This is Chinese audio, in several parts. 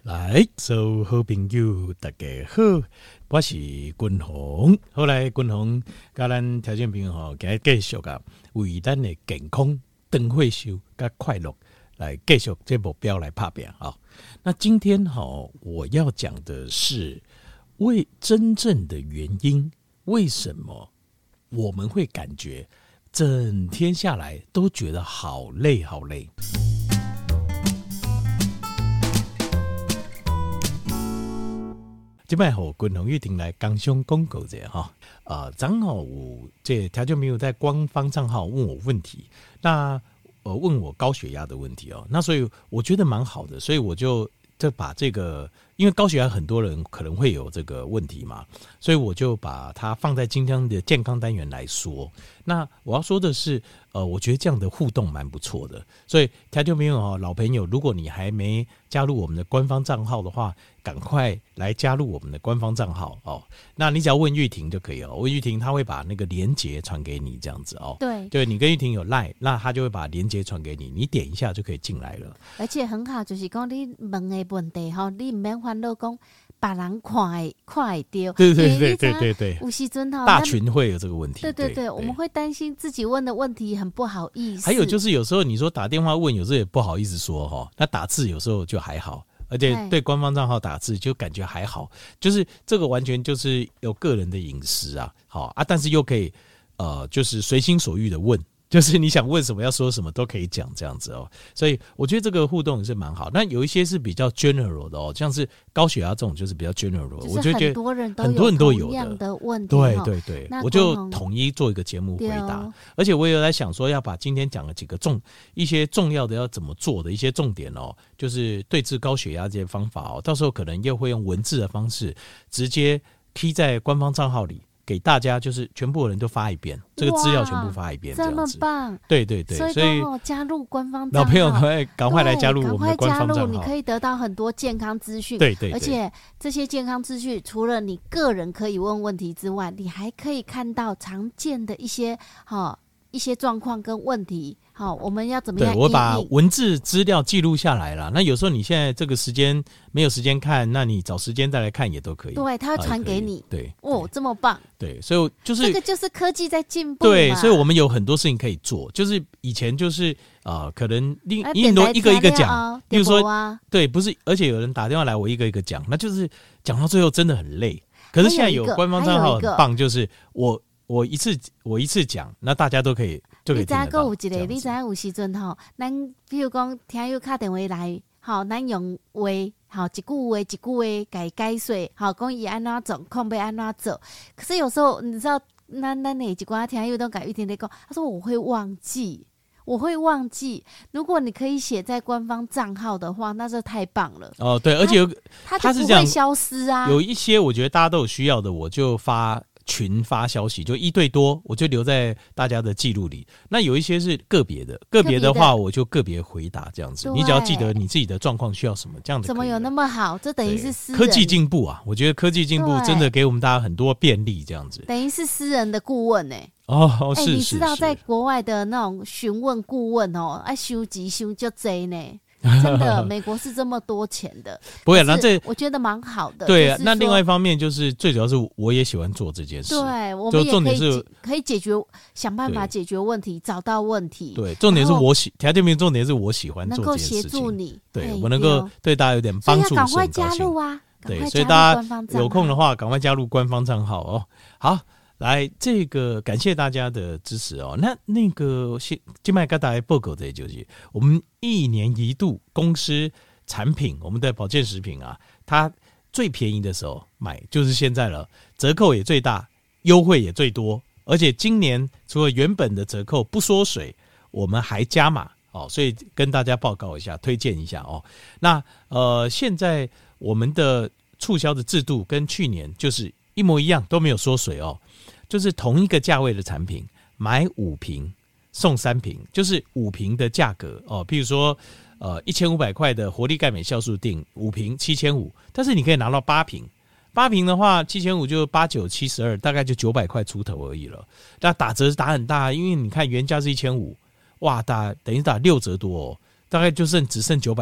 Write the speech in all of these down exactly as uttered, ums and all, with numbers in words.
来，所有好朋友大家好，我是君鸿。后来君鸿甲咱条件朋友吼，今日继续啊，为咱的健康、长岁寿甲快乐来继续这目标来打拼啊。那今天哈，我要讲的是为真正的原因，为什么我们会感觉整天下来都觉得好累好累。现在吼，君鸿玉婷来刚兄公狗这哈，呃，刚好我这条件没有在官方账号问我问题，那呃问我高血压的问题哦，那所以我觉得蛮好的，所以我就就把这个，因为高血压很多人可能会有这个问题嘛，所以我就把它放在今天的健康单元来说。那我要说的是，呃，我觉得这样的互动蛮不错的，所以条件朋友哦，老朋友，如果你还没加入我们的官方账号的话，赶快来加入我们的官方账号哦。那你只要问玉婷就可以了，问玉婷她会把那个连结传给你，这样子哦。 对， 对你跟玉婷有 LINE， 那她就会把连结传给你，你点一下就可以进来了。 而且很好，就是讲你问的问题吼，你唔免烦恼讲别人看会看会到。 对对对对对对， 有时阵吼， 大群会有这个问题。 对对 对, 对，我们会担心自己问的问题很不好意思。 还有就是有时候你说打电话问，有时候也不好意思说哈，那打字有时候就还好。而且对官方账号打字就感觉还好，就是这个完全就是有个人的隐私啊，好啊，但是又可以呃，就是随心所欲的问，就是你想问什么要说什么都可以讲这样子哦，所以我觉得这个互动也是蛮好。那有一些是比较 general 的哦，像是高血压这种就是比较 general 的，我就觉得很多人都很多人都有同样的问题， 对对对，我就统一做一个节目回答。而且我也有在想说，要把今天讲的几个重一些重要的要怎么做的一些重点哦，就是对治高血压这些方法哦，到时候可能又会用文字的方式直接 key 在官方账号里。给大家就是全部的人都发一遍，这个资料全部发一遍，这样子。 这么棒！ 对对对， 所以, 所以加入官方账号， 老朋友赶快赶快来加入我们的官方账号， 赶快加入，你可以得到很多健康资讯。 对 对, 对， 而且这些健康资讯除了你个人可以问问题之外，你还可以看到常见的一些哈、哦、一些状况跟问题。好，我们要怎么样？ 对，我把文字资料记录下来了。那有时候你现在这个时间没有时间看，那你找时间再来看也都可以。 对，他会传给你。 对， 哦，这么棒。 对，所以就是这个就是科技在进步嘛。 对，所以我们有很多事情可以做。就是以前就是呃，可能另一多一个一个讲，比如说、啊、对，不是，而且有人打电话来，我一个一个讲，那就是讲到最后真的很累。可是现在有官方账号很棒，就是我我一次我一次讲，那大家都可以。 你知影还有一个，你知影有时阵吼，咱比如讲听友打电话来，吼，咱用话，吼一句话一句话给解说，吼讲伊安怎做，控要安怎做。可是有时候你知道，咱咱的一寡听友都改一天在讲，他说我会忘记，我会忘记。如果你可以写在官方账号的话，那就太棒了。哦， 对，而且有它就不会消失啊。 有一些我觉得大家都有需要的，我就发。群发消息就一对多，我就留在大家的记录里。那有一些是个别的，个别的话我就个别回答这样子。你只要记得你自己的状况需要什么，这样子。 怎么有那么好？这等于是私人科技进步啊！我觉得科技进步真的给我们大家很多便利，这样子。 等于是私人的顾问哎、欸。 哦哦，是、欸、 你知道在国外的那种询问顾问哦，爱收集收就贼呢。真的，美国是这么多钱的， 不会，那这我觉得蛮好的。 对、啊，那另外一方面就是最主要是我也喜欢做这件事。 对，我们也可以是可以解决，想办法解决问题，找到问题。 对，重点是我喜，条件名重点是我喜欢做这件事情， 能够协助你， 对我能够对大家有点帮助， 赶快加入啊！ 对，所以大家有空的话，赶快加入官方账号哦。好。来，这个感谢大家的支持哦。那那个现在跟大家报告的就是我们一年一度公司产品，我们的保健食品啊，它最便宜的时候买就是现在了，折扣也最大，优惠也最多，而且今年除了原本的折扣不缩水，我们还加码哦，所以跟大家报告一下，推荐一下哦。那呃，现在我们的促销的制度跟去年就是一模一样，都没有缩水哦。就是同一个价位的产品，买五瓶送三瓶，就是五瓶的价格哦。譬如说，呃，一千五百块的活力钙镁酵素锭五瓶七千五，但是你可以拿到八瓶，八瓶的话七千五就八九七十二，大概就九百块出头而已了。那打折打很大，因为你看原价是一千五，哇，打等于打六折多哦，大概就剩只剩九百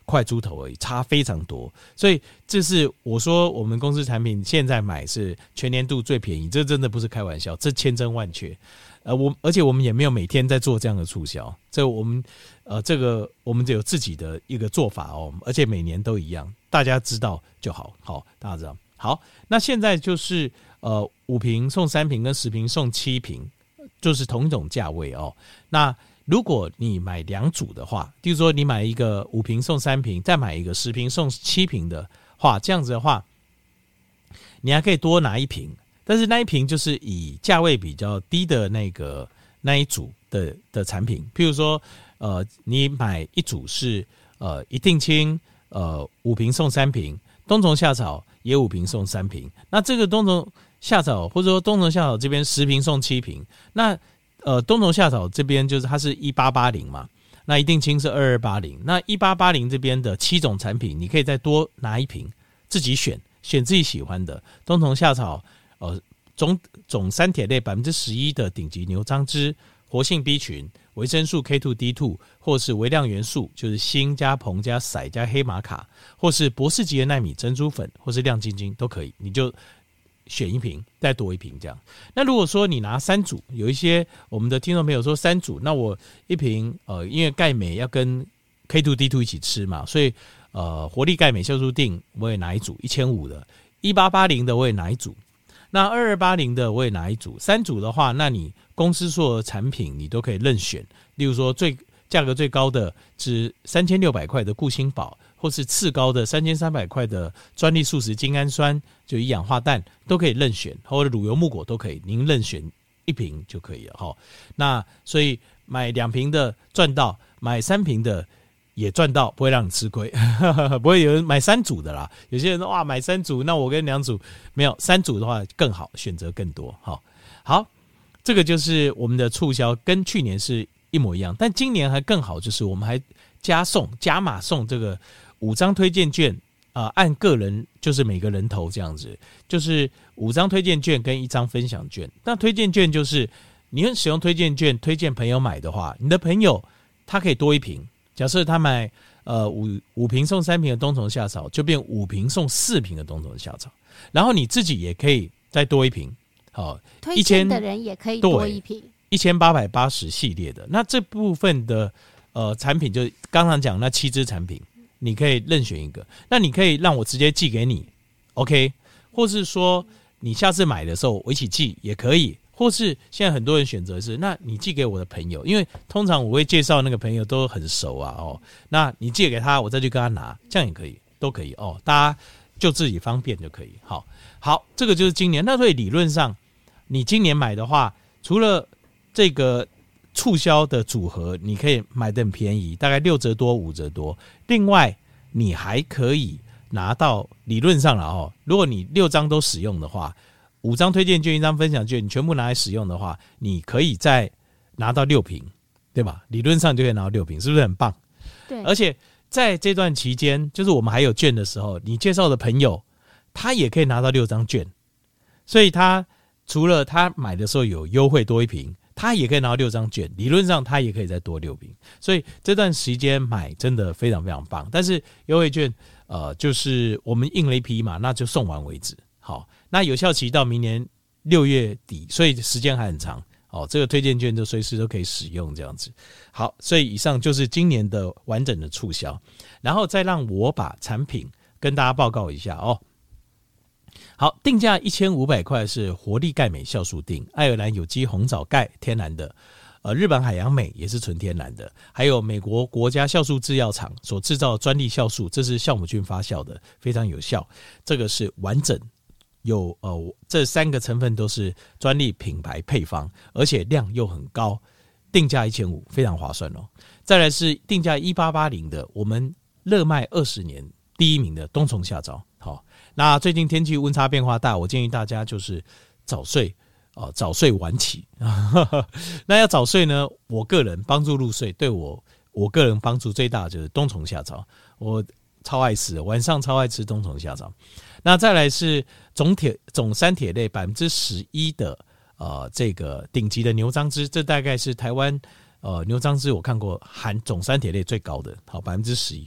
块猪头而已，差非常多。所以这是我说我们公司产品现在买是全年度最便宜，这真的不是开玩笑，这千真万确。呃，我而且我们也没有每天在做这样的促销，这我们呃这个我们有自己的一个做法哦，而且每年都一样，大家知道就好，好，大家知道。好，那现在就是呃五瓶送三瓶跟十瓶送七瓶，就是同一种价位哦。那如果你买两组的话，比如说你买一个五瓶送三瓶，再买一个十瓶送七瓶的话，这样子的话，你还可以多拿一瓶，但是那一瓶就是以价位比较低的那个那一组的的产品，譬如说，呃，你买一组是呃一定清，呃五瓶送三瓶，冬虫夏草也五瓶送三瓶，那这个冬虫夏草或者说冬虫夏草这边十瓶送七瓶，那呃，冬虫夏草这边就是它是一八八零嘛，那一定清是二二八零，那一八八零这边的七种产品，你可以再多拿一瓶，自己选，选自己喜欢的冬虫夏草，呃，总总三铁类百分之十一的顶级牛樟芝，活性 B 群，维生素 K 二 D 二，或是微量元素，就是锌加硼加硒加黑玛卡，或是博士级的奈米珍珠粉，或是亮晶晶都可以，你就选一瓶，再多一瓶这样。那如果说你拿三组，有一些我们的听众朋友说三组，那我一瓶呃，因为钙镁要跟 K 二 D 二 一起吃嘛，所以呃，活力钙镁酵素锭我也拿一组一千五百的，一八八零的我也拿一组，那二二八零的我也拿一组。三组的话，那你公司所有的产品你都可以任选，例如说最价格最高的是三千六百块的固心宝，或是次高的三千三百块的专利素食精氨酸，就一氧化氮都可以任选，或者乳油木果都可以，您任选一瓶就可以了齁。那所以买两瓶的赚到，买三瓶的也赚到，不会让你吃亏，不会有人买三组的啦。有些人说哇买三组，那我跟两组没有，三组的话更好，选择更多。好，好，这个就是我们的促销，跟去年是一模一样，但今年还更好，就是我们还加送加码送这个五张推荐券啊、呃，按个人就是每个人头这样子，就是五张推荐券跟一张分享券。那推荐券就是你使用推荐券推荐朋友买的话，你的朋友他可以多一瓶。假设他买呃五五瓶送三瓶的冬虫夏草，就变五瓶送四瓶的冬虫夏草，然后你自己也可以再多一瓶。好、哦， 推荐的人也可以多一瓶。 一千八百八十系列的，那这部分的呃产品，就刚刚讲那七支产品，你可以任选一个。那你可以让我直接寄给你 ，OK？ 或是说你下次买的时候我一起寄也可以，或是现在很多人选择是，那你寄给我的朋友，因为通常我会介绍那个朋友都很熟啊哦，那你寄给他，我再去跟他拿，这样也可以，都可以哦，大家就自己方便就可以。好，好，这个就是今年。那所以理论上，你今年买的话，除了这个促销的组合你可以买得很便宜，大概六折多五折多，另外你还可以拿到理论上了哦，如果你六张都使用的话，五张推荐券一张分享券你全部拿来使用的话，你可以再拿到六瓶，对吧？理论上就可以拿到六瓶，是不是很棒？ 对， 而且在这段期间，就是我们还有券的时候，你介绍的朋友他也可以拿到六张券，所以他除了他买的时候有优惠多一瓶，他也可以拿到六张券，理论上他也可以再多六瓶，所以这段时间买真的非常非常棒。但是优惠券呃，就是我们印了一批嘛，那就送完为止。好，那有效期到明年六月底，所以时间还很长。哦，这个推荐券就随时都可以使用这样子。好，所以以上就是今年的完整的促销，然后再让我把产品跟大家报告一下哦。好，定价一千五百块是活力钙镁酵素锭，爱尔兰有机红枣钙天然的，呃，日本海洋镁也是纯天然的，还有美国国家酵素制药厂所制造的专利酵素，这是酵母菌发酵的，非常有效。这个是完整有呃这三个成分都是专利品牌配方，而且量又很高，定价一千五百非常划算哦。再来是定价一八八零的，我们热卖二十年第一名的冬虫夏草。好，那最近天气温差变化大，我建议大家就是早睡、呃、早睡晚起那要早睡呢，我个人帮助入睡，对我我个人帮助最大的就是冬虫夏草，我超爱吃，晚上超爱吃冬虫夏草。那再来是总铁总三铁类百分之十一的呃这个顶级的牛樟芝，这大概是台湾呃牛樟芝我看过含总三铁类最高的，好百分之十一。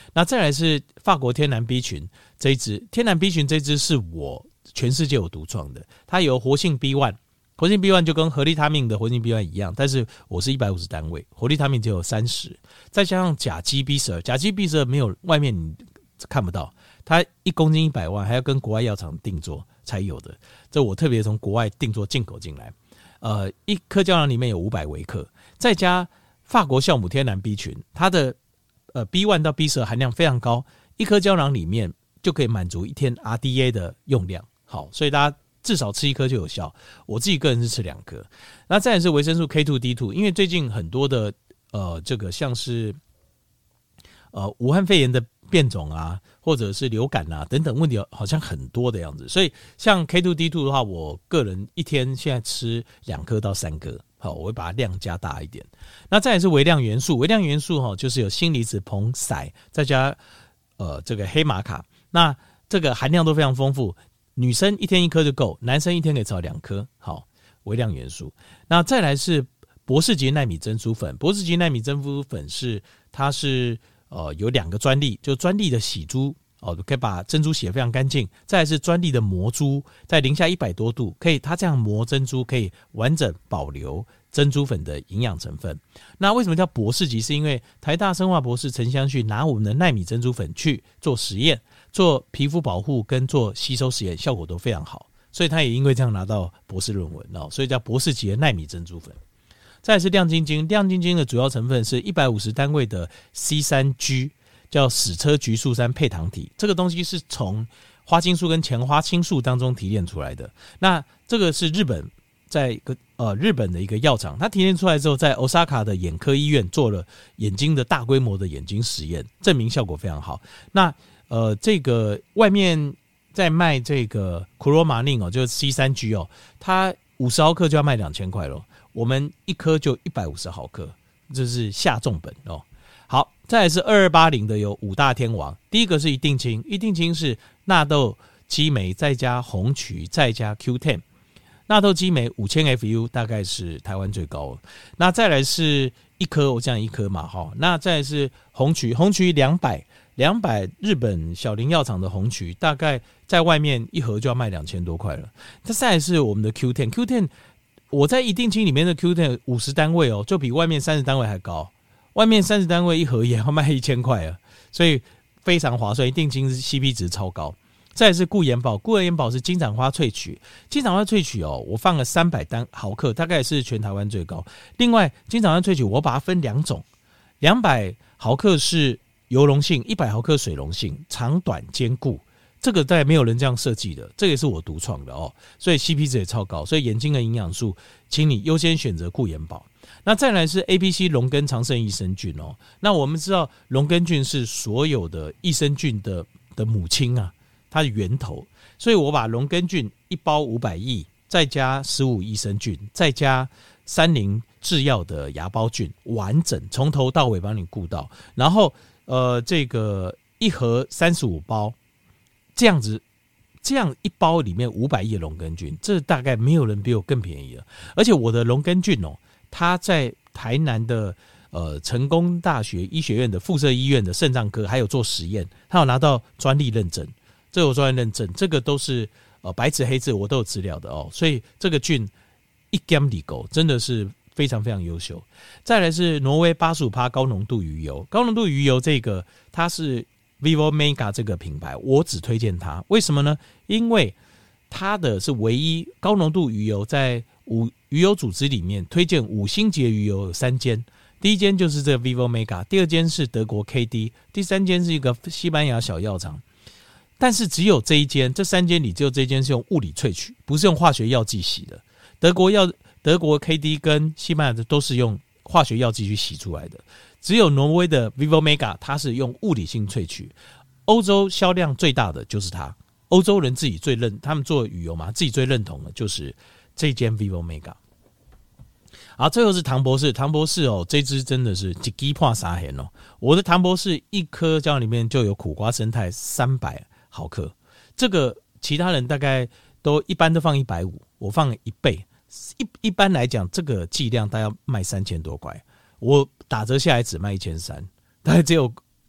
那再来是法国天然 B 群这一支，天然 B 群这一支是我全世界我独创的，它有活性 B 一，活性 B 一 就跟活利他命的活性 B 一 一样，但是我是一百五十单位，活利他命只有三十，再加上甲基 B 十二，甲基 B 十二没有外面你看不到，它一公斤一百万，还要跟国外药厂定做才有的，这我特别从国外定做进口进来。呃，一颗胶囊里面有五百微克，再加法国酵母天然 B 群，它的呃 B 一 到 B 十二 含量非常高，一颗胶囊里面就可以满足一天 R D A 的用量。好，所以大家至少吃一颗就有效。我自己个人是吃两颗。那再来是维生素 K 二 D 二，因为最近很多的呃这个像是呃武汉肺炎的变种啊，或者是流感啊等等问题好像很多的样子，所以像 K 二 D 二 的话，我个人一天现在吃两颗到三颗，好，我会把它量加大一点。那再来是微量元素，微量元素哈就是有锌离子、硼、硒，再加呃这个黑玛卡，那这个含量都非常丰富，女生一天一颗就够，男生一天可以吃到两颗，好，微量元素。那再来是博士级奈米珍珠粉，博士级奈米珍珠粉是它是呃，有两个专利，就专利的洗珠哦，可以把珍珠洗得非常干净。再来是专利的磨珠，在零下一百多度，可以它这样磨珍珠，可以完整保留珍珠粉的营养成分。那为什么叫博士级？是因为台大生化博士陈香旭拿我们的奈米珍珠粉去做实验，做皮肤保护跟做吸收实验，效果都非常好，所以他也因为这样拿到博士论文哦，所以叫博士级的奈米珍珠粉。再来是亮晶晶，亮晶晶的主要成分是一百五十单位的 C 三 G， 叫矢车菊素酸配糖体，这个东西是从花青素跟前花青素当中提炼出来的。那这个是日本在一个呃日本的一个药厂，它提炼出来之后，在 Osaka 的眼科医院做了眼睛的大规模的眼睛实验，证明效果非常好。那呃这个外面在卖这个 Chlormanin 哦，就是 C 三 G 哦，它五十毫克就要卖两千块咯，我们一颗就一百五十毫克，这是下重本哦。好，再来是二二八零的有五大天王，第一个是一定清，一定清是纳豆激酶再加红曲再加 Q 十， 纳豆激酶五千 F U 大概是台湾最高。那再来是一颗，我讲一颗嘛哈，那再来是红曲，红曲两百两百日本小林药厂的红曲，大概在外面一盒就要卖两千多块了。再来是我们的 Q 十 Q 十，我在一定清里面的 Q 十 五十单位哦，就比外面三十单位还高。外面三十单位一盒也要卖一千块了，所以非常划算。一定清 C P 值超高。再来是固眼宝，固眼宝是金盏花萃取，金盏花萃取哦，我放了三百单毫克，大概是全台湾最高。另外，金盏花萃取我把它分两种，两百毫克是油溶性，一百毫克水溶性，长短兼顾。这个大概没有人这样设计的，这个也是我独创的哦，所以 C P 值也超高，所以眼睛的营养素，请你优先选择固眼宝。那再来是 A B C 龙根长胜益生菌哦，那我们知道龙根菌是所有的益生菌的的母亲啊，它的源头，所以我把龙根菌一包五百亿，再加十五益生菌，再加三菱制药的芽孢菌，完整从头到尾帮你顾到，然后呃这个一盒三十五包。这样子，这样一包里面五百亿龙根菌，这大概没有人比我更便宜了。而且我的龙根菌哦，它在台南的呃成功大学医学院的附设医院的肾脏科还有做实验，它有拿到专利认证，这有专利认证，这个都是呃白纸黑字我都有资料的哦。所以这个菌一 gam 里狗真的是非常非常优秀。再来是挪威 百分之八十五 高浓度鱼油，高浓度鱼油这个它是Vivo Mega 这个品牌，我只推荐它，为什么呢？因为它的是唯一高浓度鱼油，在五鱼油组织里面推荐五星级鱼油有三间，第一间就是这个 Vivo Mega， 第二间是德国 K D， 第三间是一个西班牙小药厂。但是只有这一间，这三间里只有这一间是用物理萃取，不是用化学药剂洗的。德国药德国 K D 跟西班牙的都是用化学药剂去洗出来的。只有挪威的 Vivo Mega 它是用物理性萃取，欧洲销量最大的就是它，欧洲人自己最认，他们做鱼油嘛，自己最认同的就是这间 Vivo Mega。好，最后是唐博士，唐博士哦，这支真的是一支破三元哦。我的唐博士一颗胶里面就有苦瓜生态三百毫克，这个其他人大概都一般都放一百五十，我放一倍。一一般来讲，这个剂量大概要卖三千多块。我打折下来只卖一千三，大概只有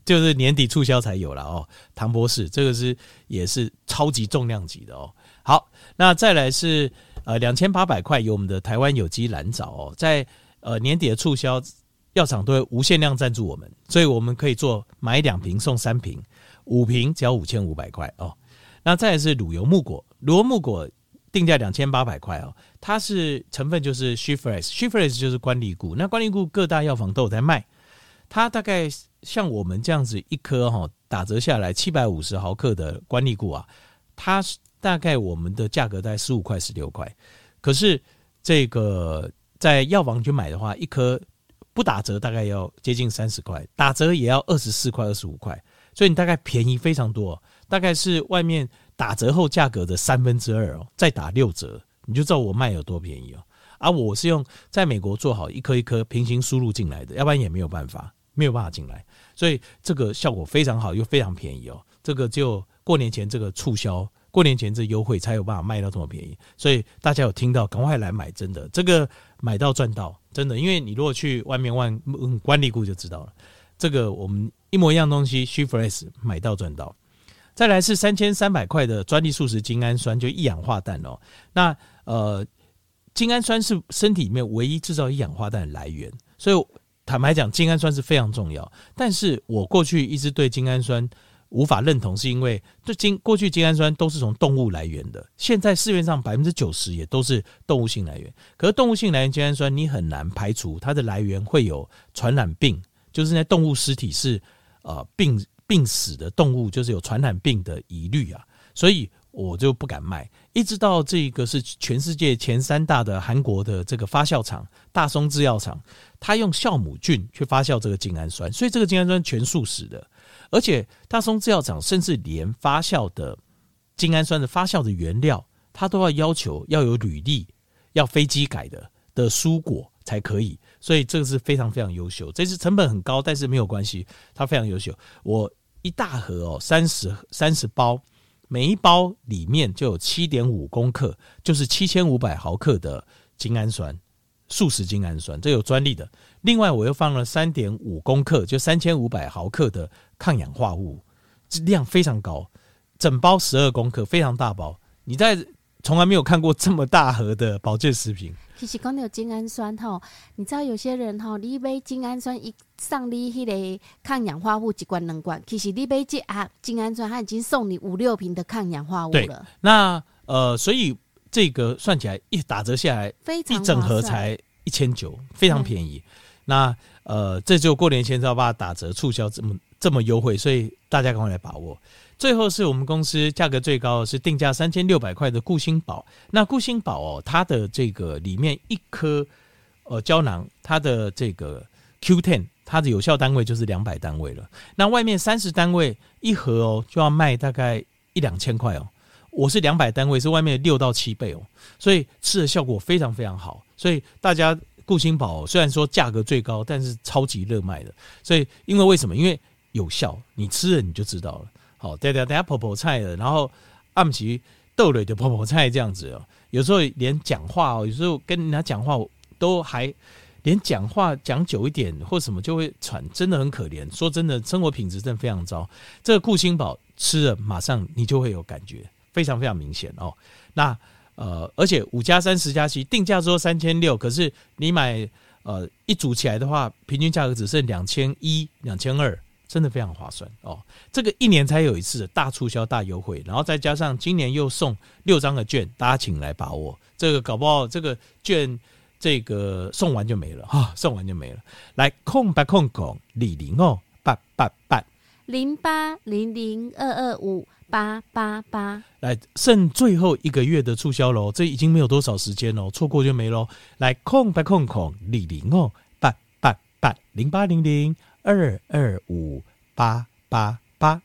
就是年底促销才有了哦。唐博士这个是也是超级重量级的哦。好，那再来是呃两千八百块有我们的台湾有机蓝藻哦，在呃年底的促销，药厂都会无限量赞助我们，所以我们可以做买两瓶送三瓶，五瓶只要五千五百块哦。那再来是乳油木果，乳油木果定价两千八百块哦，它是成分就是 Shifrex，Shifrex 就是关利固，那关利固各大药房都有在卖，它大概像我们这样子一颗哈、哦、打折下来七百五十毫克的关利固啊，它大概我们的价格大概十五块十六块，可是这个在药房去买的话，一颗不打折大概要接近三十块，打折也要二十四块二十五块，所以你大概便宜非常多、哦，大概是外面打折后价格的三分之二哦，再打六折，你就知道我卖有多便宜哦。啊，我是用在美国做好一颗一颗平行输入进来的，要不然也没有办法，没有办法进来，所以这个效果非常好，又非常便宜哦。这个只有过年前这个促销，过年前这优惠才有办法卖到这么便宜，所以大家有听到，赶快来买，真的，这个买到赚到，真的，因为你如果去外面问嗯关利固就知道了，这个我们一模一样东西 Shifrex 买到赚到。再来是三千三百块的专利素食精氨酸，就一氧化氮哦。那呃，精氨酸是身体里面唯一制造一氧化氮的来源，所以坦白讲，精氨酸是非常重要。但是我过去一直对精氨酸无法认同，是因为对精过去精氨酸都是从动物来源的，现在市面上百分之九十也都是动物性来源。可是动物性来源精氨酸，你很难排除它的来源会有传染病，就是那动物尸体是呃病。病死的动物就是有传染病的疑虑啊，所以我就不敢卖。一直到这个是全世界前三大的韩国的这个发酵厂大松制药厂，它用酵母菌去发酵这个精氨酸，所以这个精氨酸全素食的。而且大松制药厂甚至连发酵的精氨酸的发酵的原料，它都要要求要有履历，要非机改的的蔬果才可以，所以这个是非常非常优秀。这次成本很高，但是没有关系，它非常优秀。我一大盒哦，三十三十包，每一包里面就有七点五公克，就是七千五百毫克的精氨酸，素食精氨酸，这有专利的。另外我又放了三点五公克，就三千五百毫克的抗氧化物，量非常高，整包十二公克，非常大包。你在从来没有看过这么大盒的保健食品。 其实讲到精氨酸吼，你知道有些人吼，你买精氨酸一上你迄个抗氧化物一罐两罐，其实你买这啊精氨酸，它已经送你五六瓶的抗氧化物了。 对，那呃，所以这个算起来一打折下来， 非常一整盒才一千九，非常便宜。那呃，这就过年前要把它打折促销这么这么优惠，所以大家赶快来把握。最后是我们公司价格最高的是定价三千六百块的固心宝。那固心宝哦，它的这个里面一颗呃胶囊，它的这个 Q 十， 它的有效单位就是两百单位了。那外面三十单位一盒哦，就要卖大概一两千块哦。我是两百单位，是外面的六到七倍哦，所以吃的效果非常非常好。所以大家固心宝、哦、虽然说价格最高，但是超级热卖的。所以因为为什么？因为有效，你吃了你就知道了。好，等下等下泡泡菜了，然后暗时豆类的泡泡菜这样子哦。有时候连讲话哦，有时候跟人家讲话都还连讲话讲久一点或什么就会喘，真的很可怜。说真的，生活品质真的非常糟。这个固心宝吃了，马上你就会有感觉，非常非常明显哦。那呃，而且五加三十加七定价说三千六，可是你买呃一组起来的话，平均价格只剩两千一、两千二。真的非常划算哦！这个一年才有一次的大促销、大优惠，然后再加上今年又送六张的券，大家请来把握。这个搞不好这个券这个送完就没了哈、哦，送完就没了。来空八空空李零哦八八八零八零零二二五八八八， 来剩最后一个月的促销喽，这已经没有多少时间喽，错过就没喽。来空八空空李零哦八八八零八零零。二二五八八八，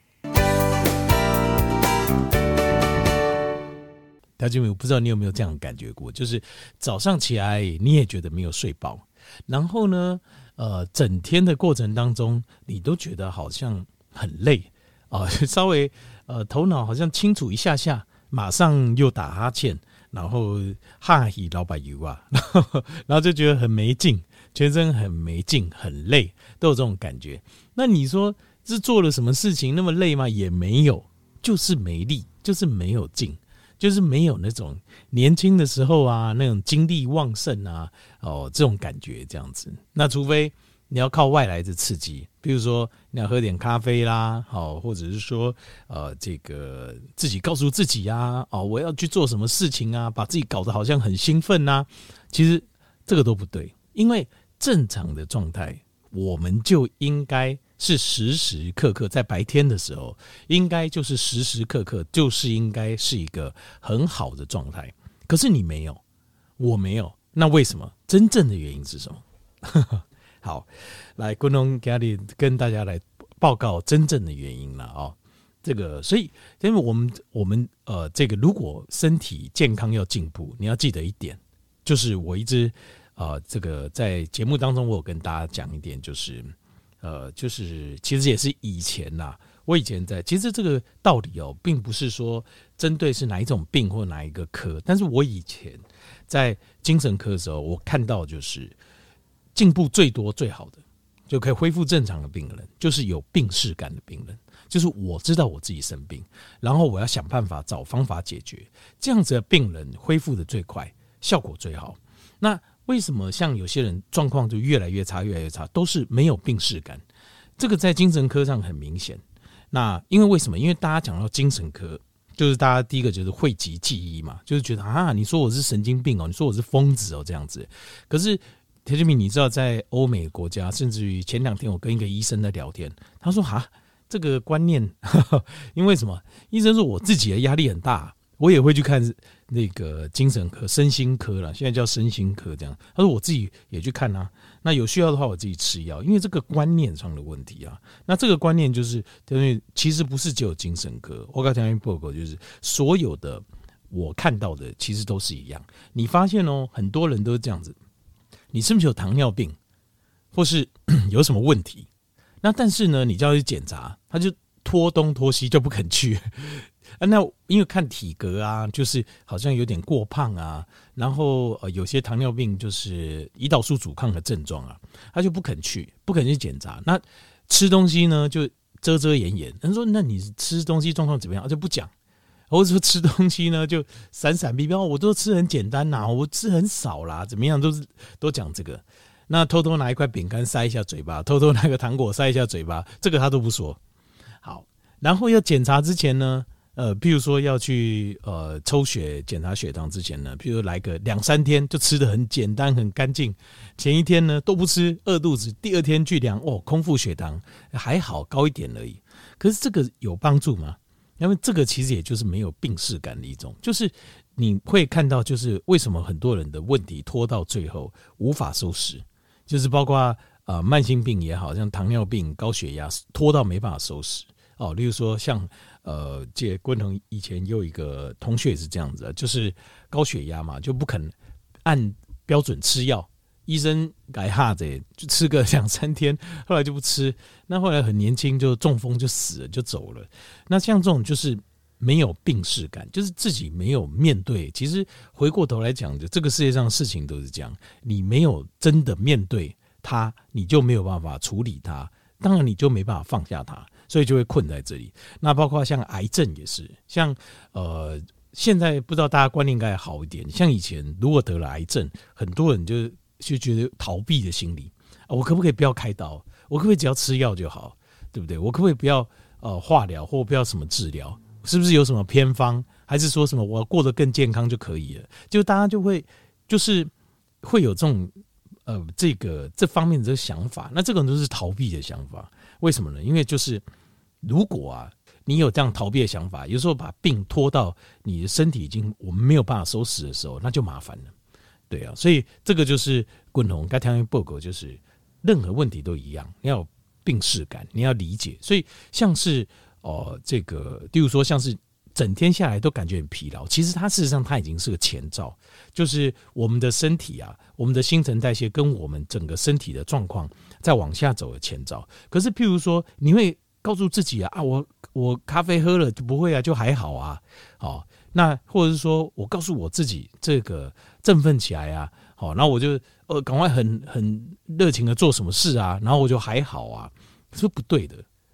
大家我不知道你有没有这样的感觉过，就是早上起来你也觉得没有睡饱，然后呢，呃，整天的过程当中，你都觉得好像很累啊、呃，稍微呃头脑好像清楚一下下，马上又打哈欠，然后哈希老板油啊，然后然后就觉得很没劲。全身很没劲，很累，都有这种感觉。那你说是做了什么事情那么累吗？也没有，就是没力，就是没有劲，就是没有那种年轻的时候啊，那种精力旺盛啊，哦，这种感觉这样子。那除非你要靠外来的刺激，比如说你要喝点咖啡啦，好，或者是说呃，这个自己告诉自己啊，哦，我要去做什么事情啊，把自己搞得好像很兴奋啊，其实这个都不对，因为正常的状态，我们就应该是时时刻刻在白天的时候，应该就是时时刻刻就是应该是一个很好的状态。可是你没有，我没有，那为什么？真正的原因是什么？好，来昆龙给你跟大家来报告真正的原因了哦。这个，所以因为我们我们呃，这个如果身体健康要进步，你要记得一点，就是我一直呃，这个在节目当中我有跟大家讲一点，就是呃，就是其实也是以前呐、啊，我以前在其实这个道理哦，并不是说针对是哪一种病或哪一个科，但是我以前在精神科的时候，我看到就是进步最多最好的就可以恢复正常的病人，就是有病识感的病人，就是我知道我自己生病，然后我要想办法找方法解决，这样子的病人恢复的最快，效果最好。那为什么像有些人状况就越来越差越来越差，都是没有病识感？这个在精神科上很明显。那因为为什么？因为大家讲到精神科，就是大家第一个就是讳疾忌医嘛，就是觉得啊，你说我是神经病哦，你说我是疯子哦，这样子。可是田志明，你知道在欧美国家，甚至于前两天我跟一个医生在聊天，他说哈，这个观念，呵呵，因为什么？医生说我自己的压力很大，我也会去看那个精神科、身心科啦，现在叫身心科这样。他说我自己也去看啊，那有需要的话我自己吃药，因为这个观念上的问题啊。那这个观念就是，因为其实不是只有精神科，我刚才讲报告就是所有的我看到的其实都是一样。你发现哦，很多人都是这样子。你是不是有糖尿病，或是有什么问题？那但是呢，你叫他去检查，他就拖东拖西，就不肯去。啊、那因为看体格啊，就是好像有点过胖啊，然后呃有些糖尿病就是胰岛素阻抗的症状啊，他就不肯去，不肯去检查。那吃东西呢，就遮遮掩掩。人说，那你吃东西状况怎么样？啊、就不讲。或者说吃东西呢，就闪闪避避，我都吃很简单呐，我吃很少啦，怎么样都是都讲这个。那偷偷拿一块饼干塞一下嘴巴，偷偷拿个糖果塞一下嘴巴，这个他都不说。好，然后要检查之前呢，呃，譬如说要去呃抽血检查血糖之前呢，譬如来个两三天就吃得很简单很干净，前一天呢都不吃饿肚子，第二天去量哦空腹血糖还好高一点而已。可是这个有帮助吗？因为这个其实也就是没有病识感的一种，就是你会看到，就是为什么很多人的问题拖到最后无法收拾，就是包括呃慢性病也好，像糖尿病、高血压，拖到没办法收拾哦。例如说像呃，这昆腾以前有一个同学也是这样子，就是高血压嘛，就不肯按标准吃药。医生改哈着，就吃个两三天，后来就不吃。那后来很年轻就中风就死了，就走了。那像这种就是没有病识感，就是自己没有面对。其实回过头来讲，这个世界上的事情都是这样，你没有真的面对它，你就没有办法处理它，当然你就没办法放下它，所以就会困在这里。那包括像癌症也是，像呃。现在不知道大家观念应该好一点，像以前如果得了癌症，很多人就就觉得逃避的心理、啊、我可不可以不要开刀？我可不可以只要吃药就好？对不对？我可不可以不要呃化疗或不要什么治疗？是不是有什么偏方？还是说什么我过得更健康就可以了？就大家就会就是会有这种呃这个这方面的这个想法，那这个都是逃避的想法。为什么呢？因为就是如果啊。你有这样逃避的想法，有时候把病拖到你的身体已经我们没有办法收拾的时候，那就麻烦了。对啊，所以这个就是滚筒该听报告，就是任何问题都一样，你要有病识感，你要理解。所以像是哦、呃，这个，例如说像是整天下来都感觉很疲劳，其实它事实上它已经是个前兆，就是我们的身体啊，我们的新陈代谢跟我们整个身体的状况在往下走的前兆。可是譬如说，你会告诉自己啊，啊我我咖啡喝了就不会啊，就还好啊，哦，那或者是说我告诉我自己这个振奋起来啊，好，那我就呃赶快很很热情的做什么事啊，然后我就还好啊，是不对的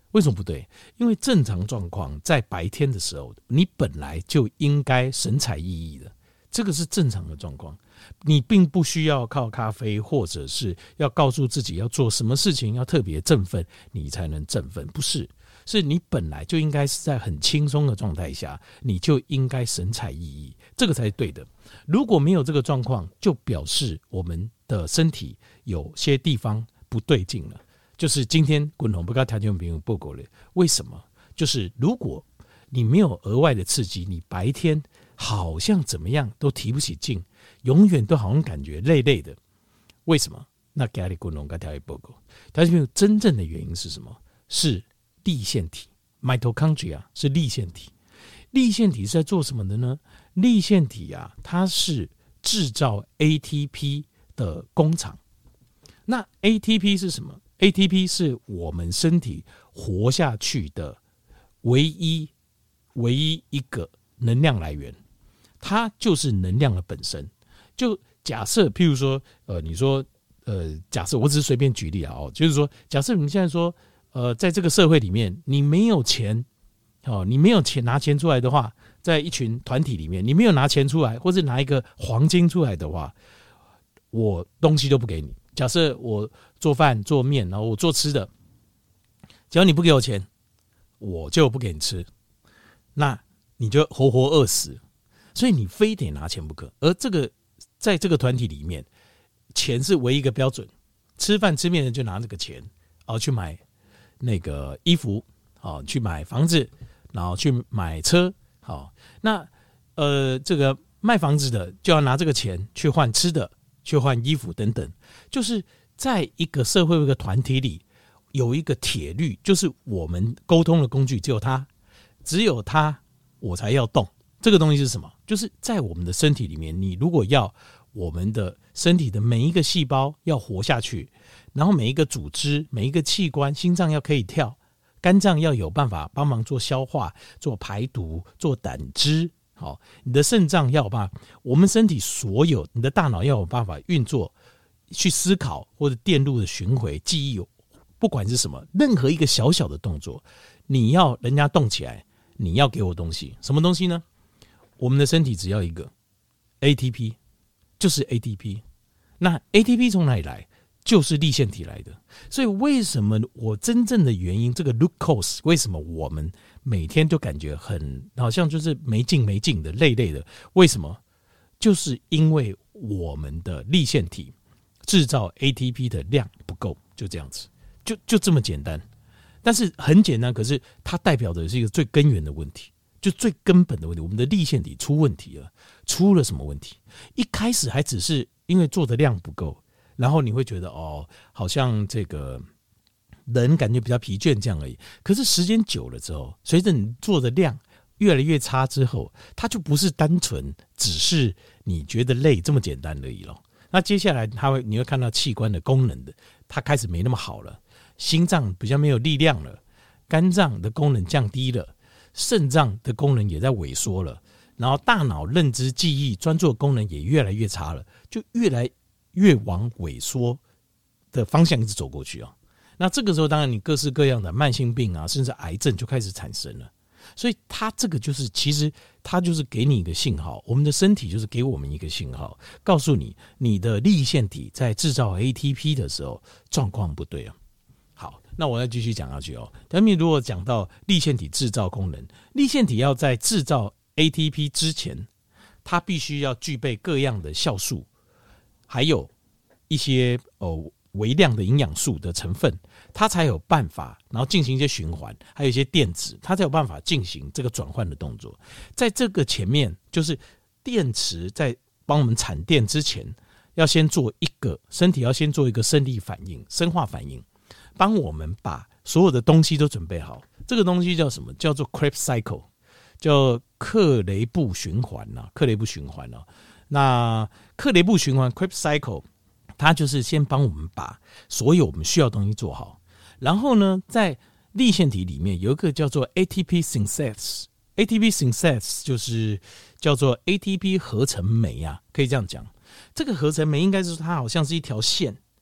为什么不对？因为正常状况在白天的时候，你本来就应该神采奕奕的，这个是正常的状况。你并不需要靠咖啡，或者是要告诉自己要做什么事情要特别振奋，你才能振奋，不是，是你本来就应该是在很轻松的状态下，你就应该神采奕奕，这个才是对的。如果没有这个状况，就表示我们的身体有些地方不对劲了。就是今天滚筒不跟条件朋友报告了，为什么？就是如果你没有额外的刺激，你白天好像怎么样都提不起劲，永远都好像感觉累累的。为什么？那给你滚筒跟条件报告，条件朋友真正的原因是什么？是粒线体 ，mitochondria 是粒线体。粒线体是在做什么的呢？粒线体啊，它是制造 A T P 的工厂。那 A T P 是什么？A T P 是我们身体活下去的唯一唯一一个能量来源，它就是能量的本身。就假设，譬如说，呃，你说，呃，假设我只是随便举例啊，哦，就是说，假设你现在说，呃，在这个社会里面，你没有钱，哦，你没有钱拿钱出来的话，在一群团体里面，你没有拿钱出来，或者拿一个黄金出来的话，我东西都不给你。假设我做饭做面，然后我做吃的，只要你不给我钱，我就不给你吃，那你就活活饿死。所以你非得拿钱不可。而这个在这个团体里面，钱是唯一一个标准。吃饭吃面的就拿这个钱，然后去买那个衣服，好去买房子，然后去买车，好那呃这个卖房子的就要拿这个钱去换吃的。去换衣服等等，就是在一个社会一个团体里有一个铁律，就是我们沟通的工具只有它，只有它我才要动。这个东西是什么？就是在我们的身体里面，你如果要我们的身体的每一个细胞要活下去，然后每一个组织每一个器官，心脏要可以跳，肝脏要有办法帮忙做消化做排毒做胆汁，好，你的肾脏要有办法，我们身体所有，你的大脑要有办法运作，去思考或者电路的巡回记忆，不管是什么，任何一个小小的动作，你要人家动起来，你要给我东西，什么东西呢？我们的身体只要一个 A T P， 就是 A T P。那 A T P 从哪里来？就是粒线体来的。所以为什么我真正的原因，这个 root cause， 为什么我们每天就感觉很好像就是没劲没劲的累累的？为什么？就是因为我们的粒线体制造 A T P 的量不够，就这样子，就就这么简单。但是很简单，可是它代表的是一个最根源的问题，就最根本的问题。我们的粒线体出问题了，出了什么问题？一开始还只是因为做的量不够。然后你会觉得哦，好像这个人感觉比较疲倦这样而已。可是时间久了之后，随着你做的量越来越差之后，它就不是单纯只是你觉得累这么简单而已了。那接下来它会你会看到器官的功能的，它开始没那么好了，心脏比较没有力量了，肝脏的功能降低了，肾脏的功能也在萎缩了，然后大脑认知、记忆、专注的功能也越来越差了，就越来越往萎缩的方向一直走过去啊。那这个时候当然你各式各样的慢性病啊，甚至癌症就开始产生了。所以它这个就是其实它就是给你一个信号，我们的身体就是给我们一个信号，告诉你你的粒线体在制造 A T P 的时候状况不对啊。好，那我要继续讲下去哦。但是如果讲到粒线体制造功能，粒线体要在制造 A T P 之前，它必须要具备各样的酵素，还有一些哦微量的营养素的成分，它才有办法，然后进行一些循环，还有一些电子，它才有办法进行这个转换的动作。在这个前面，就是电池在帮我们产电之前，要先做一个身体要先做一个生理反应、生化反应，帮我们把所有的东西都准备好。这个东西叫什么？叫做 Krebs cycle， 叫克雷布循环啊，克雷布循环啊。那克雷布循环 Krebs cycle， 它就是先帮我们把所有我们需要的东西做好，然后呢，在粒线体里面有一个叫做 A T P synthase，A T P synthase 就是叫做 A T P 合成酶啊，可以这样讲。这个合成酶应该是它好像是一条线，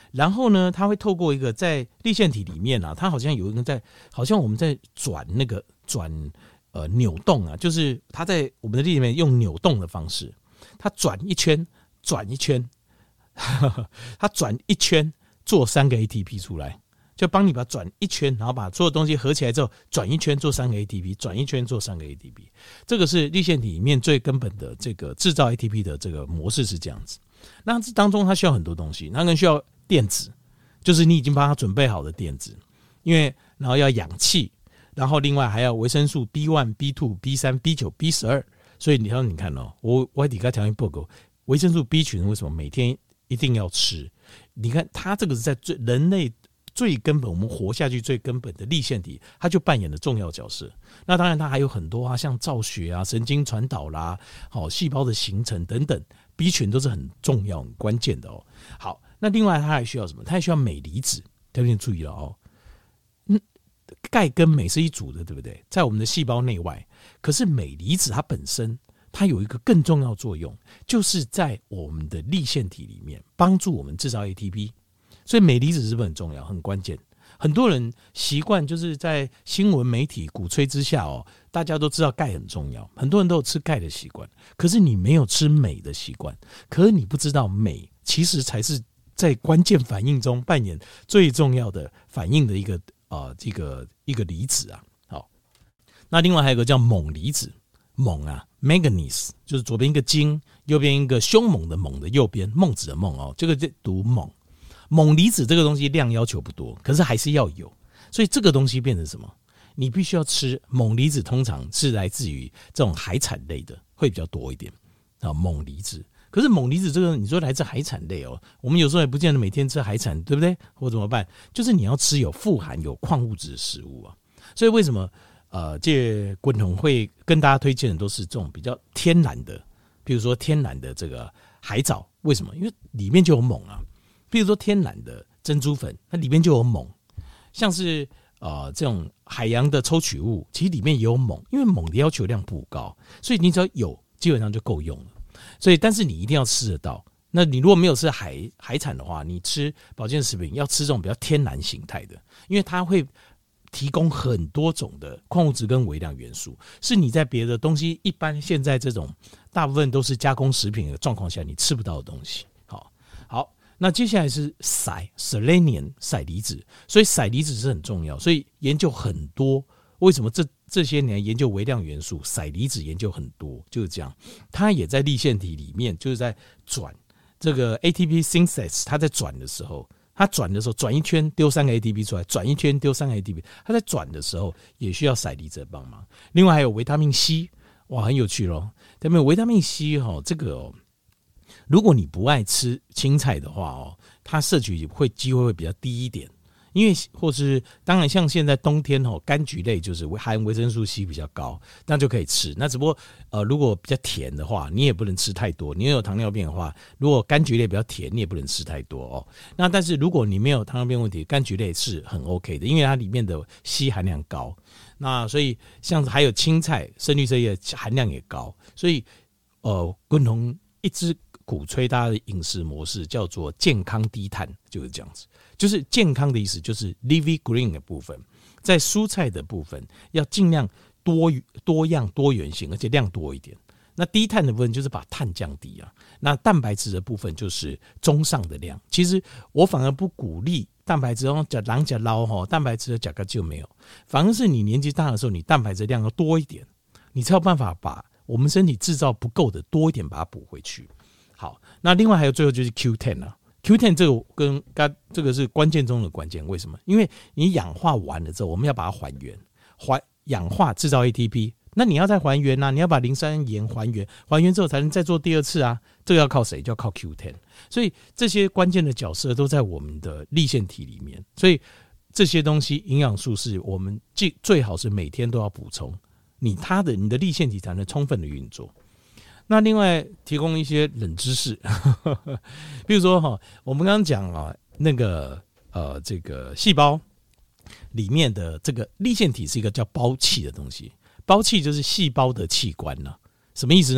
然后呢，它会透过一个在粒线体里面啊，它好像有一个在，好像我们在转那个转呃扭动啊，就是它在我们的粒里面用扭动的方式，它转一圈，转一圈，呵呵它转一圈做三个 A T P 出来，就帮你把它转一圈，然后把所有东西合起来之后，转一圈做三个 A T P， 转一圈做三个 A T P。这个是粒线体里面最根本的这个制造 A T P 的这个模式是这样子。那这当中它需要很多东西，它可能需要电子，就是你已经帮它准备好的电子，因为然后要氧气，然后另外还要维生素 B 一、B 二、B 三、B 九、B 十二。所以你看，你看哦，我我底下条件报告，维生素 B 群为什么每天一定要吃？你看它这个是在最人类最根本，我们活下去最根本的粒线体，它就扮演了重要角色。那当然它还有很多啊，像造血啊、神经传导啦、好细胞的形成等等。B 群都是很重要、很关键的哦。好，那另外它还需要什么？它还需要镁离子，特别注意了哦。嗯，钙跟镁是一组的，对不对？在我们的细胞内外，可是镁离子它本身它有一个更重要作用，就是在我们的粒线体里面帮助我们制造 A T P。所以镁离子是不是很重要、很关键？很多人习惯就是在新闻媒体鼓吹之下哦，大家都知道钙很重要，很多人都有吃钙的习惯，可是你没有吃镁的习惯，可是你不知道镁其实才是在关键反应中扮演最重要的反应的一个呃这个一个离子啊。好，那另外还有一个叫锰离子，锰啊 manganese 就是左边一个金，右边一个凶猛的猛的右边孟子的孟哦，这个就读锰。锰离子这个东西量要求不多，可是还是要有，所以这个东西变成什么？你必须要吃锰离子，通常是来自于这种海产类的，会比较多一点啊。锰离子，可是锰离子这个你说来自海产类哦，我们有时候也不见得每天吃海产，对不对？或怎么办？就是你要吃有富含有矿物质的食物啊。所以为什么呃，这滚筒会跟大家推荐的都是这种比较天然的，比如说天然的这个海藻，为什么？因为里面就有锰啊。比如说天然的珍珠粉，它里面就有锰，像是呃这种海洋的抽取物，其实里面也有锰，因为锰的要求量不高，所以你只要有，基本上就够用了。所以，但是你一定要吃得到。那你如果没有吃海海产的话，你吃保健食品要吃这种比较天然形态的，因为它会提供很多种的矿物质跟微量元素，是你在别的东西一般现在这种大部分都是加工食品的状况下你吃不到的东西。好，好。那接下来是硒 selenium 硒离子，所以硒离子是很重要，所以研究很多。为什么这这些年研究微量元素，硒离子研究很多，就是这样。它也在粒线体里面，就是在转这个 A T P synthesis， 它在转的时候，它转的时候转一圈丢三个 A T P 出来，转一圈丢三个 A T P， 它在转的时候也需要硒离子帮忙。另外还有维他命 C， 哇，很有趣咯。对不对？维他命 C 哈，这个哦。如果你不爱吃青菜的话哦，它摄取会机会会比较低一点，因为或是当然像现在冬天哦，柑橘类就是含维生素 C 比较高，那就可以吃。那只不过呃，如果比较甜的话，你也不能吃太多。你有糖尿病的话，如果柑橘类比较甜，你也不能吃太多哦。那但是如果你没有糖尿病问题，柑橘类是很 OK 的，因为它里面的 C 含量高。那所以像还有青菜、深绿色叶含量也高，所以呃，共同一直鼓吹大家的饮食模式叫做健康低碳，就是这样子。就是健康的意思，就是 leafy green 的部分，在蔬菜的部分要尽量多多样多元性，而且量多一点。那低碳的部分就是把碳降低啊。那蛋白质的部分就是中上的量。其实我反而不鼓励蛋白质哦，讲狼讲捞哈，蛋白质的价格就没有。反而是你年纪大的时候，你蛋白质量要多一点，你才有办法把我们身体制造不够的多一点把它补回去。好，那另外还有最后就是 Q 十 啊 ，Q 十 这个跟这个是关键中的关键。为什么？因为你氧化完了之后，我们要把它还原，还氧化制造 A T P， 那你要再还原啊，你要把磷酸盐还原，还原之后才能再做第二次啊。这个要靠谁？就要靠 Q 十。所以这些关键的角色都在我们的粒线体里面。所以这些东西营养素是我们最最好是每天都要补充，你它的你的粒线体才能充分的运作。那另外提供一些冷知识，呵呵比如说哈，我们刚刚讲啊，那个呃，这个细胞里面的这个粒线体是一个叫胞器的东西，胞器就是细胞的器官呐、啊，什么意思呢？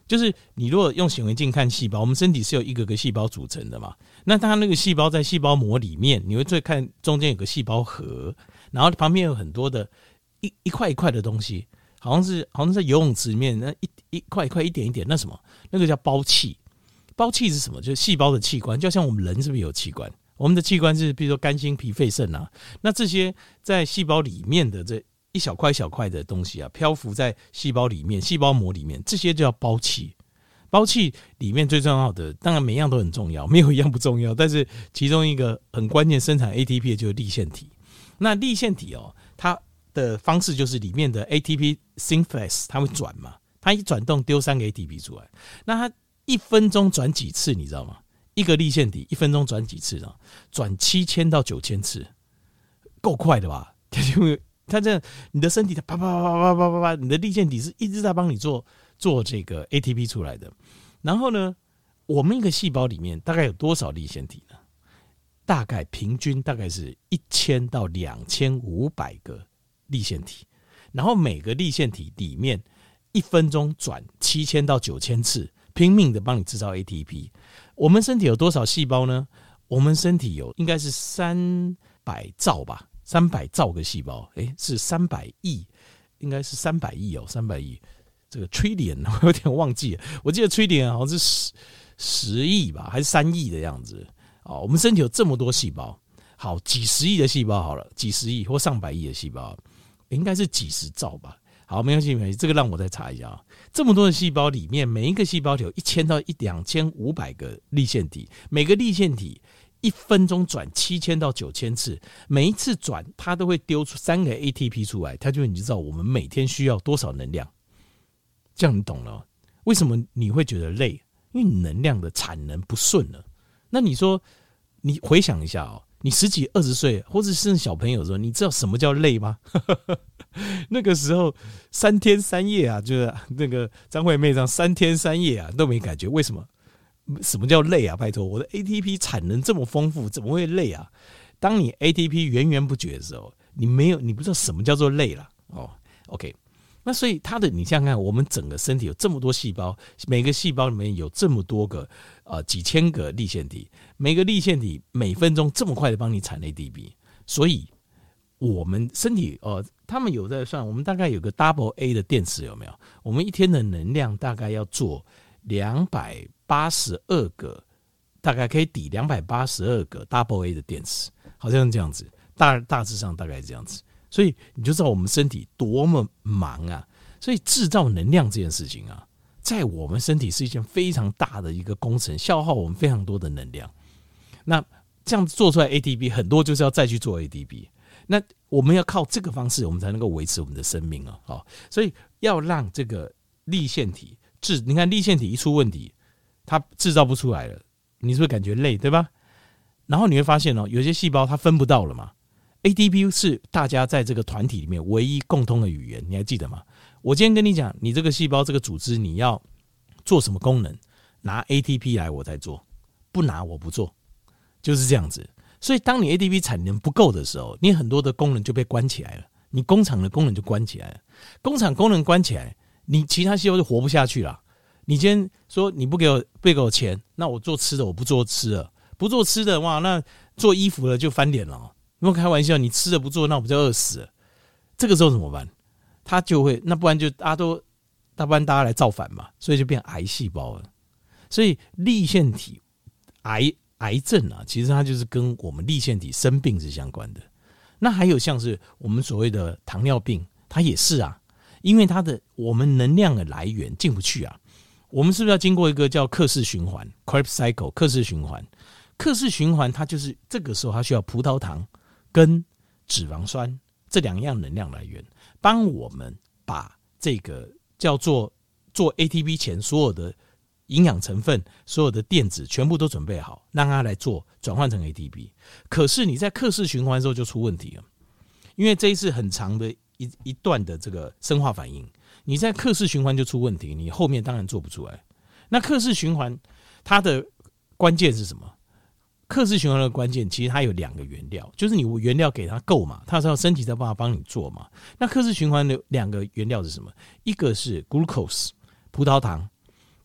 就是你如果用显微镜看细胞，我们身体是由一个个细胞组成的嘛，那它那个细胞在细胞膜里面，你会最看中间有个细胞核，然后旁边有很多的一一块一块的东西，好像是好像在游泳池里面那一一块一块一点一点，那什么那个叫胞器。胞器是什么？就是细胞的器官，就像我们人是不是有器官？我们的器官是比如说肝心脾肺肾啊，那这些在细胞里面的这一小块小块的东西啊，漂浮在细胞里面细胞膜里面，这些就叫胞器。胞器里面最重要的，当然每样都很重要，没有一样不重要，但是其中一个很关键生产 A T P 的就是粒线体。那粒线体哦，它的方式就是里面的 A T P synthase 它会转嘛，它一转动丢三个 A T P 出来，那它一分钟转几次你知道吗？一个粒线体一分钟转几次呢？转七千到九千次，够快的吧？它这样，你的身体它啪啪啪啪啪啪啪，你的粒线体是一直在帮你做做这个 A T P 出来的。然后呢，我们一个细胞里面大概有多少粒线体呢？大概平均大概是一千到两千五百个粒线体，然后每个粒线体里面一分钟转七千到九千次。拼命的帮你制造 A T P。 我们身体有多少细胞呢？我们身体有应该是三百兆吧，三百兆个细胞，诶，是三百亿，应该是三百亿哦，三百亿，这个 trillion 我有点忘记了，我记得 trillion 好像是十十亿吧，还是三亿的样子哦。我们身体有这么多细胞，好，几十亿的细胞好了，几十亿或上百亿的细胞，应该是几十兆吧。好，没关系，没关系，这个让我再查一下啊。这么多的细胞里面，每一个细胞有一千到一两千五百个粒线体，每个粒线体一分钟转七千到九千次，每一次转它都会丢出三个 A T P 出来，它就你知道我们每天需要多少能量。这样你懂了？为什么你会觉得累？因为你能量的产能不顺了。那你说，你回想一下哦，你十几二十岁，或者是小朋友的时候，你知道什么叫累吗？那个时候三天三夜啊，就是那个张惠妹这样三天三夜啊都没感觉，为什么？什么叫累啊？拜托，我的 A T P 产能这么丰富，怎么会累啊？当你 A T P 源源不绝的时候，你没有，你不知道什么叫做累了哦。OK， 那所以它的，你想想看，我们整个身体有这么多细胞，每个细胞里面有这么多个呃几千个粒线体，每个粒线体每分钟这么快的帮你产 A T P， 所以我们身体呃，他们有在算，我们大概有个 double A 的电池有没有？我们一天的能量大概要做两百八十二个，大概可以抵两百八十二个 double A 的电池，好像这样子，大大致上大概是这样子。所以你就知道我们身体多么忙啊！所以制造能量这件事情啊，在我们身体是一件非常大的一个工程，消耗我们非常多的能量。那这样做出来 A T P 很多就是要再去做 A T P。那我们要靠这个方式，我们才能够维持我们的生命啊！好，所以要让这个粒线体制，你看粒线体一出问题，它制造不出来了，你是不是感觉累，对吧？然后你会发现哦，有些细胞它分不到了嘛。A T P 是大家在这个团体里面唯一共通的语言，你还记得吗？我今天跟你讲，你这个细胞这个组织你要做什么功能，拿 A T P 来我再做，不拿我不做，就是这样子。所以当你 A T P 产能不够的时候，你很多的功能就被关起来了，你工厂的功能就关起来了。工厂功能关起来，你其他细胞就活不下去了。你今天说你不给我不给我钱，那我做吃的我不做吃的，不做吃的哇，那做衣服了就翻脸了。如果开玩笑，你吃的不做，那我不就饿死了？这个时候怎么办？他就会，那不然就大家都，大不然大家来造反嘛，所以就变癌细胞了。所以粒线体癌癌症啊，其实它就是跟我们粒线体生病是相关的。那还有像是我们所谓的糖尿病，它也是啊，因为它的我们能量的来源进不去啊。我们是不是要经过一个叫克氏循环 （Krebs cycle）？ 克氏循环，克氏循环它就是这个时候它需要葡萄糖跟脂肪酸这两样能量来源，帮我们把这个叫做做 A T P 前所有的营养成分、所有的电子全部都准备好，让它来做转换成 A T P。可是你在克氏循环的时候就出问题了，因为这一次很长的 一, 一段的这个生化反应，你在克氏循环就出问题，你后面当然做不出来。那克氏循环它的关键是什么？克氏循环的关键其实它有两个原料，就是你原料给它够嘛，它是要身体才办法帮你做嘛。那克氏循环的两个原料是什么？一个是 glucose 葡萄糖，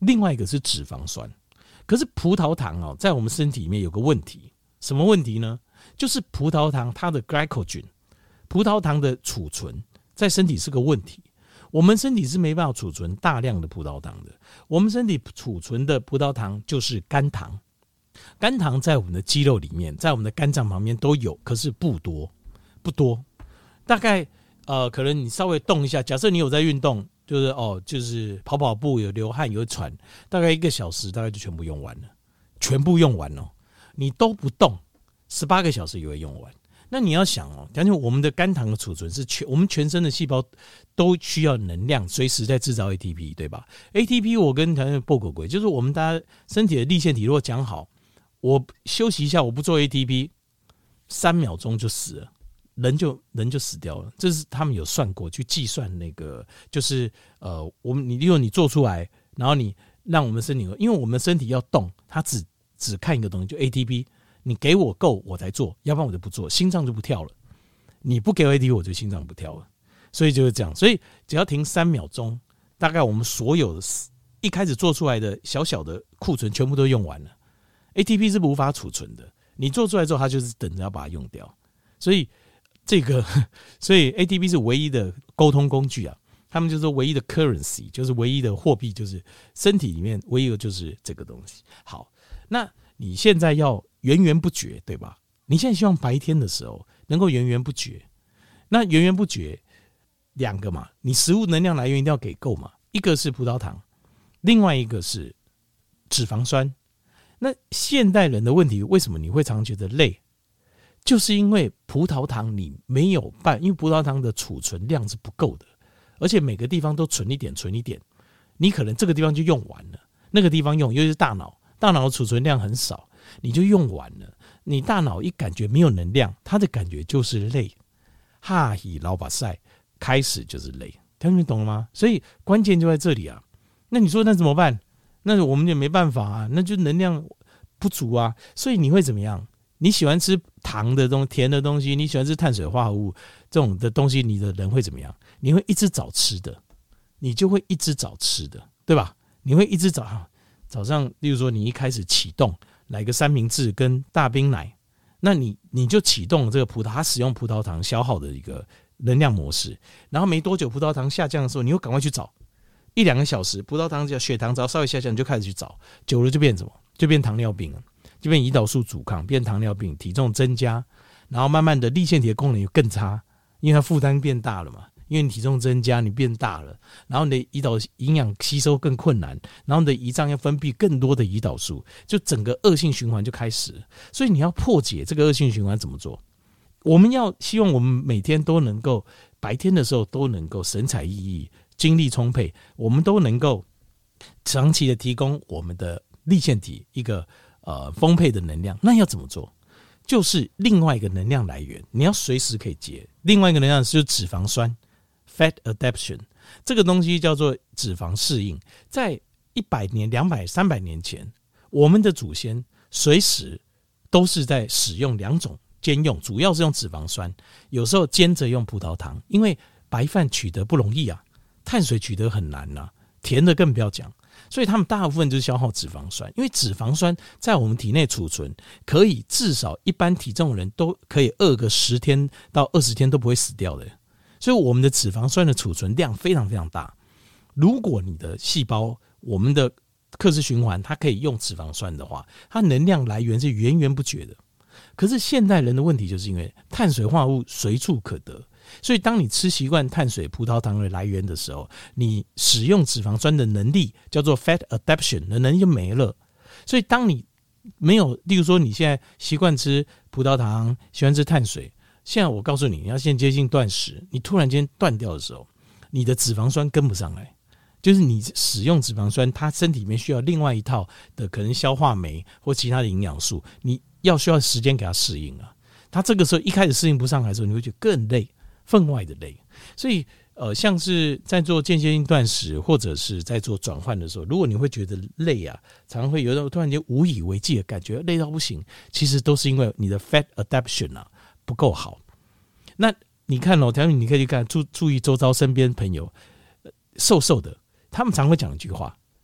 另外一个是脂肪酸。可是葡萄糖哦，在我们身体里面有个问题，什么问题呢？就是葡萄糖它的 glycogen， 葡萄糖的储存在身体是个问题。我们身体是没办法储存大量的葡萄糖的，我们身体储存的葡萄糖就是肝糖。肝糖在我们的肌肉里面，在我们的肝脏旁边都有，可是不多，不多。大概呃，可能你稍微动一下，假设你有在运动，就是哦，就是跑跑步，有流汗，有喘，大概一个小时，大概就全部用完了，全部用完了。你都不动，十八个小时也会用完。那你要想哦，但是我们的肝糖的储存是全我们全身的细胞都需要能量，随时在制造 A T P， 对吧 ？A T P 我跟台湾报告过，就是我们大家身体的粒线体如果讲好，我休息一下，我不做 A T P， 三秒钟就死了，人就人就死掉了。这是他们有算过，去计算那个，就是呃，我们你如果你做出来，然后你让我们身体，因为我们身体要动，它只只看一个东西，就 A T P。你给我够我才做，要不然我就不做，心脏就不跳了。你不给我 A T P， 我就心脏不跳了。所以就是这样，所以只要停三秒钟，大概我们所有的一开始做出来的小小的库存全部都用完了。A T P 是无法储存的，你做出来之后，它就是等着要把它用掉。所以这个，所以 A T P 是唯一的沟通工具啊。他们就说唯一的 currency 就是唯一的货币，就是身体里面唯一的就是这个东西。好，那你现在要源源不绝，对吧？你现在希望白天的时候能够源源不绝，那源源不绝两个嘛，你食物能量来源一定要给够嘛，一个是葡萄糖，另外一个是脂肪酸。那现代人的问题，为什么你会常觉得累？就是因为葡萄糖你没有办，因为葡萄糖的储存量是不够的，而且每个地方都存一点存一点，你可能这个地方就用完了，那个地方用，尤其是大脑，大脑的储存量很少，你就用完了。你大脑一感觉没有能量，它的感觉就是累，哈希老把赛开始就是累，听你懂了吗？所以关键就在这里啊。那你说那怎么办？那我们也没办法啊，那就能量不足啊。所以你会怎么样？你喜欢吃糖的东西、甜的东西，你喜欢吃碳水化合物这种的东西，你的人会怎么样？你会一直找吃的，你就会一直找吃的，对吧？你会一直找。早上，例如说你一开始启动来个三明治跟大冰奶，那你你就启动这个葡萄，它使用葡萄糖消耗的一个能量模式，然后没多久葡萄糖下降的时候，你又赶快去找，一两个小时葡萄糖血糖只要稍微下降，你就开始去找，久了就变什么？就变糖尿病了，就变胰岛素阻抗，变糖尿病，体重增加，然后慢慢的粒线体的功能也更差，因为它负担变大了嘛。因为你体重增加，你变大了，然后你的胰岛营养吸收更困难，然后你的胰脏要分泌更多的胰岛素，就整个恶性循环就开始了。所以你要破解这个恶性循环怎么做？我们要希望我们每天都能够，白天的时候都能够神采奕奕、精力充沛，我们都能够长期的提供我们的粒线体一个呃丰沛的能量。那要怎么做？就是另外一个能量来源，你要随时可以接。另外一个能量就是脂肪酸。Fat adaptation 这个东西叫做脂肪适应，在一百年、两百、三百年前，我们的祖先随时都是在使用两种兼用，主要是用脂肪酸，有时候兼着用葡萄糖，因为白饭取得不容易啊，碳水取得很难啊，甜的更不要讲，所以他们大部分就是消耗脂肪酸，因为脂肪酸在我们体内储存，可以至少一般体重的人都可以饿个十天到二十天都不会死掉的。所以我们的脂肪酸的储存量非常非常大。如果你的细胞，我们的克氏循环，它可以用脂肪酸的话，它能量来源是源源不绝的。可是现代人的问题就是因为碳水化合物随处可得，所以当你吃习惯碳水、葡萄糖的来源的时候，你使用脂肪酸的能力叫做 fat adaptation 的能力就没了。所以当你没有，例如说你现在习惯吃葡萄糖，喜欢吃碳水，现在我告诉你，你要先接近断食，你突然间断掉的时候，你的脂肪酸跟不上来，就是你使用脂肪酸，它身体里面需要另外一套的可能消化酶或其他的营养素，你要需要时间给它适应啊。它这个时候一开始适应不上来的时候，你会觉得更累，分外的累。所以呃，像是在做间歇性断食或者是在做转换的时候，如果你会觉得累啊，常常会有种突然间无以为继的感觉，累到不行，其实都是因为你的 fat adaptation 啊不够好。那你看哦，条你你可以去看，注注意周遭身边朋友、呃、瘦瘦的，他们常会讲一句话，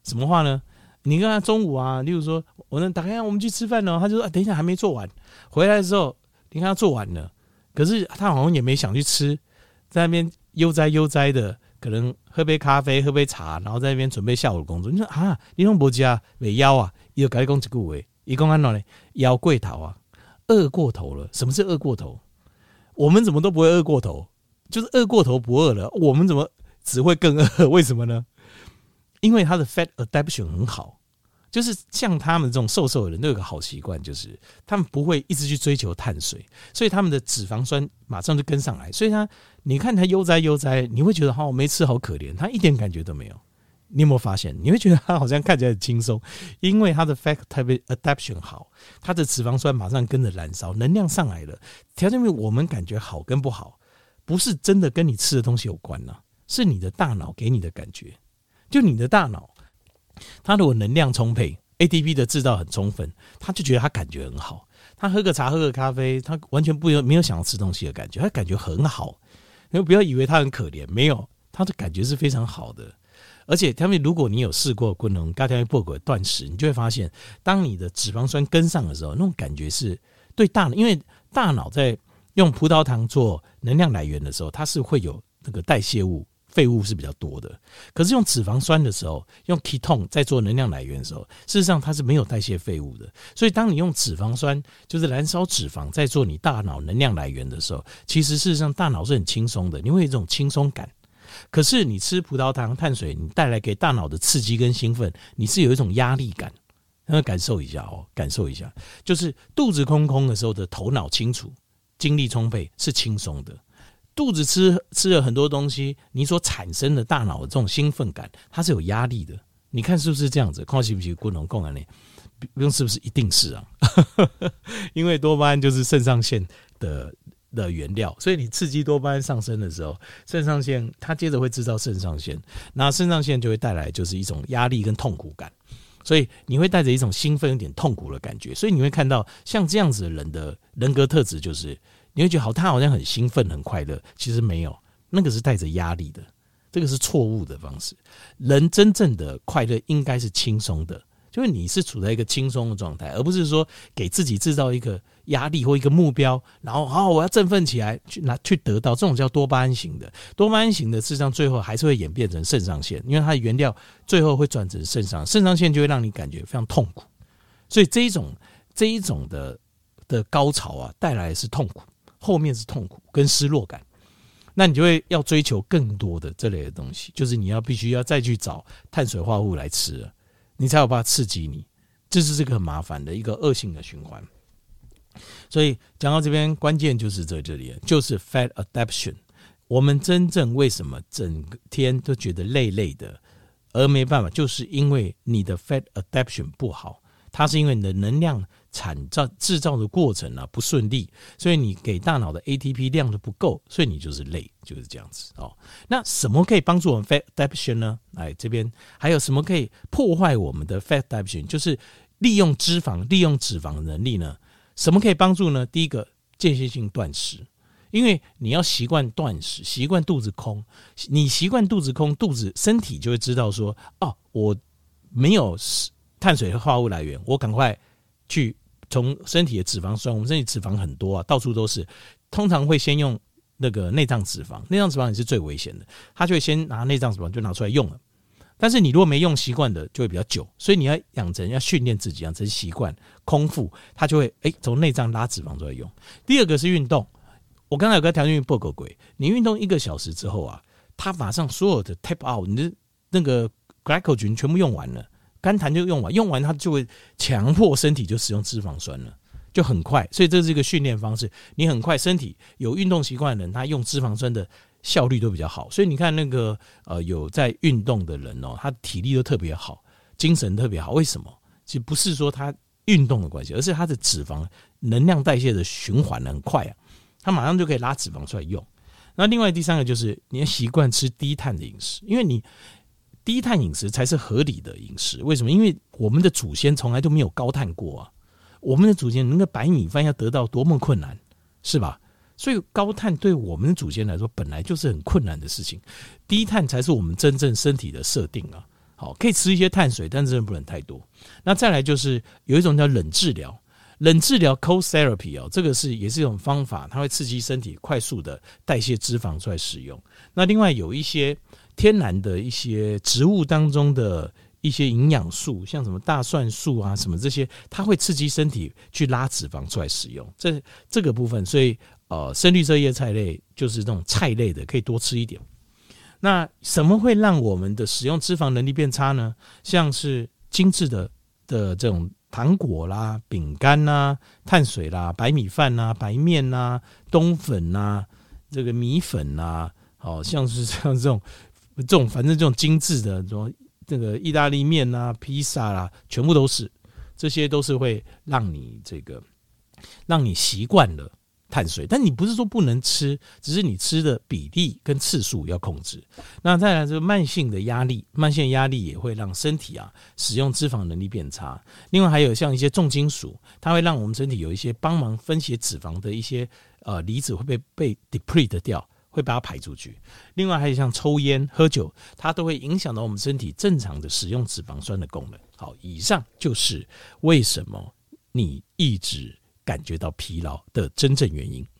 什么话呢？你跟他中午啊，例如说，我能打开我们去吃饭呢，他就说、啊、等一下还没做完，回来的时候你看他做完了，可是他好像也没想去吃，在那边悠哉悠哉的，可能喝杯咖啡喝杯茶，然后在那边准备下午的工作。你说啊，你拢无吃啊，没腰啊，伊就跟你讲一句话，伊讲安怎呢？腰过头啊，饿过头了。什么是饿过头？我们怎么都不会饿过头，就是饿过头不饿了，我们怎么只会更饿？为什么呢？因为他的 fat adaptation 很好，就是像他们这种瘦瘦的人都有个好习惯，就是他们不会一直去追求碳水，所以他们的脂肪酸马上就跟上来。所以他，你看他悠哉悠哉，你会觉得好没吃好可怜，他一点感觉都没有。你有没有发现？你会觉得他好像看起来很轻松，因为他的 fat adaptation 好，他的脂肪酸马上跟着燃烧，能量上来了。条件我们感觉好跟不好，不是真的跟你吃的东西有关啊，是你的大脑给你的感觉。就你的大脑，他如果能量充沛 ，A T P 的制造很充分，他就觉得他感觉很好。他喝个茶，喝个咖啡，他完全不没有想要吃东西的感觉，他感觉很好。你不要以为他很可怜，没有，他的感觉是非常好的。而且他们，如果你有试过功能咖啡破果断食，你就会发现，当你的脂肪酸跟上的时候，那种感觉是对大脑，因为大脑在用葡萄糖做能量来源的时候，它是会有那个代谢物。废物是比较多的，可是用脂肪酸的时候，用 ketone 在做能量来源的时候，事实上它是没有代谢废物的。所以当你用脂肪酸，就是燃烧脂肪，在做你大脑能量来源的时候，其实事实上大脑是很轻松的，你会有一种轻松感。可是你吃葡萄糖、碳水，你带来给大脑的刺激跟兴奋，你是有一种压力感。那感受一下哦，感受一下，就是肚子空空的时候的头脑清楚、精力充沛，是轻松的。肚子吃吃了很多东西，你所产生的大脑的这种兴奋感，它是有压力的。你看是不是这样子？看是不是共同共安呢？不用是不是一定是啊？因为多巴胺就是肾上腺的的原料，所以你刺激多巴胺上升的时候，肾上腺它接着会制造肾上腺，那肾上腺就会带来就是一种压力跟痛苦感，所以你会带着一种兴奋、有点痛苦的感觉。所以你会看到像这样子的人的人格特质就是。你会觉得好，他好像很兴奋、很快乐，其实没有，那个是带着压力的，这个是错误的方式。人真正的快乐应该是轻松的，就是你是处在一个轻松的状态，而不是说给自己制造一个压力或一个目标，然后好，我要振奋起来去拿去得到，这种叫多巴胺型的。多巴胺型的，事实上最后还是会演变成肾上腺，因为它的原料最后会转成肾上，肾上腺就会让你感觉非常痛苦。所以这一种这一种的的高潮啊，带来的是痛苦。后面是痛苦跟失落感，那你就会要追求更多的这类的东西，就是你要必须要再去找碳水化合物来吃了，你才有办法刺激你，这是这个很麻烦的一个恶性的循环。所以讲到这边，关键就是在这里，就是 fat adaptation。我们真正为什么整天都觉得累累的，而没办法，就是因为你的 fat adaptation 不好，它是因为你的能量产造制造的过程啊不顺利，所以你给大脑的 A T P 量都不够，所以你就是累，就是这样子哦。那什么可以帮助我们 fat adaptation 呢？来这边还有什么可以破坏我们的 fat adaptation？ 就是利用脂肪、利用脂肪的能力呢？什么可以帮助呢？第一个，间歇性断食，因为你要习惯断食，习惯肚子空，你习惯肚子空，肚子身体就会知道说，哦，我没有碳水和化合物来源，我赶快去。从身体的脂肪酸，我们身体脂肪很多啊，到处都是。通常会先用那个内脏脂肪，内脏脂肪也是最危险的，他就会先拿内脏脂肪就拿出来用了。但是你如果没用习惯的，就会比较久，所以你要养成，要训练自己养成习惯，空腹，他就会哎从内脏拉脂肪出来用。第二个是运动，我刚才有个条件报告过，你运动一个小时之后啊，他马上所有的 tap out， 你的那个 glycogen 全部用完了。肝糖就用完，用完它就会强迫身体就使用脂肪酸了，就很快。所以这是一个训练方式，你很快身体有运动习惯的人，他用脂肪酸的效率都比较好。所以你看那个呃有在运动的人哦，他体力都特别好，精神特别好。为什么？其实不是说他运动的关系，而是他的脂肪能量代谢的循环很快啊，他马上就可以拉脂肪出来用。那另外第三个就是你要习惯吃低碳的饮食，因为你。低碳饮食才是合理的饮食，为什么？因为我们的祖先从来都没有高碳过啊！我们的祖先那个白米饭要得到多么困难，是吧？所以高碳对我们的祖先来说本来就是很困难的事情，低碳才是我们真正身体的设定啊！ 好，可以吃一些碳水，但真的不能太多。那再来就是有一种叫冷治疗，冷治疗 cold therapy 哦，这个是也是一种方法，它会刺激身体快速的代谢脂肪出来使用。那另外有一些天然的一些植物当中的一些营养素，像什么大蒜素啊什么这些，它会刺激身体去拉脂肪出来使用。这这个部分，所以呃，深绿色叶菜类就是这种菜类的，可以多吃一点。那什么会让我们的使用脂肪能力变差呢？像是精致的的这种糖果啦、饼干啦、碳水啦、白米饭啦、白面啦、冬粉啦、这个米粉啦，好像是像这种这种反正这种精致的，什么这个意大利面啦、披萨啦，全部都是，这些都是会让你这个让你习惯了碳水，但你不是说不能吃，只是你吃的比例跟次数要控制。那再来这个慢性的压力，慢性压力也会让身体啊使用脂肪能力变差。另外还有像一些重金属，它会让我们身体有一些帮忙分解脂肪的一些呃离子会被被 deplete 掉，会把它排出去。另外还有像抽烟、喝酒，它都会影响到我们身体正常的使用脂肪酸的功能。好，以上就是为什么你一直感觉到疲劳的真正原因。